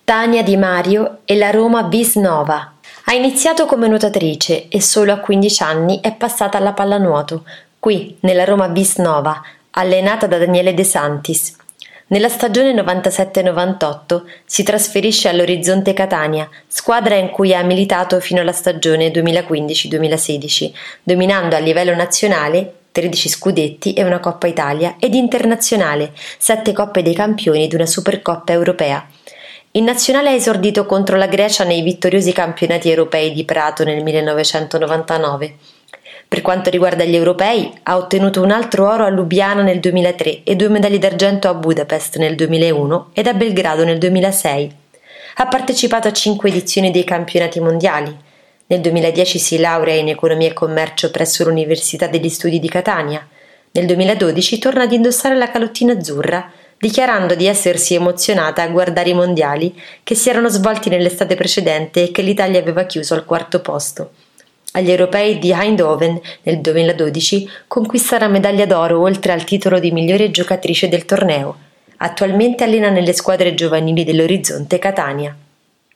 Tania Di Mario e la Roma Vis Nova. Ha iniziato come nuotatrice e solo a 15 anni è passata alla pallanuoto, qui nella Roma Vis Nova, allenata da Daniele De Santis. Nella stagione 97-98 si trasferisce all'Orizzonte Catania, squadra in cui ha militato fino alla stagione 2015-2016, dominando a livello nazionale 13 scudetti e una Coppa Italia ed internazionale, 7 Coppe dei Campioni ed una Supercoppa europea. In nazionale ha esordito contro la Grecia nei vittoriosi campionati europei di Prato nel 1999. Per quanto riguarda gli europei, ha ottenuto un altro oro a Lubiana nel 2003 e 2 medaglie d'argento a Budapest nel 2001 ed a Belgrado nel 2006. Ha partecipato a 5 edizioni dei campionati mondiali. Nel 2010 si laurea in Economia e Commercio presso l'Università degli Studi di Catania. Nel 2012 torna ad indossare la calottina azzurra, dichiarando di essersi emozionata a guardare i mondiali che si erano svolti nell'estate precedente e che l'Italia aveva chiuso al 4º posto. Agli europei di Eindhoven nel 2012 conquista la medaglia d'oro oltre al titolo di migliore giocatrice del torneo. Attualmente allena nelle squadre giovanili dell'Orizzonte Catania.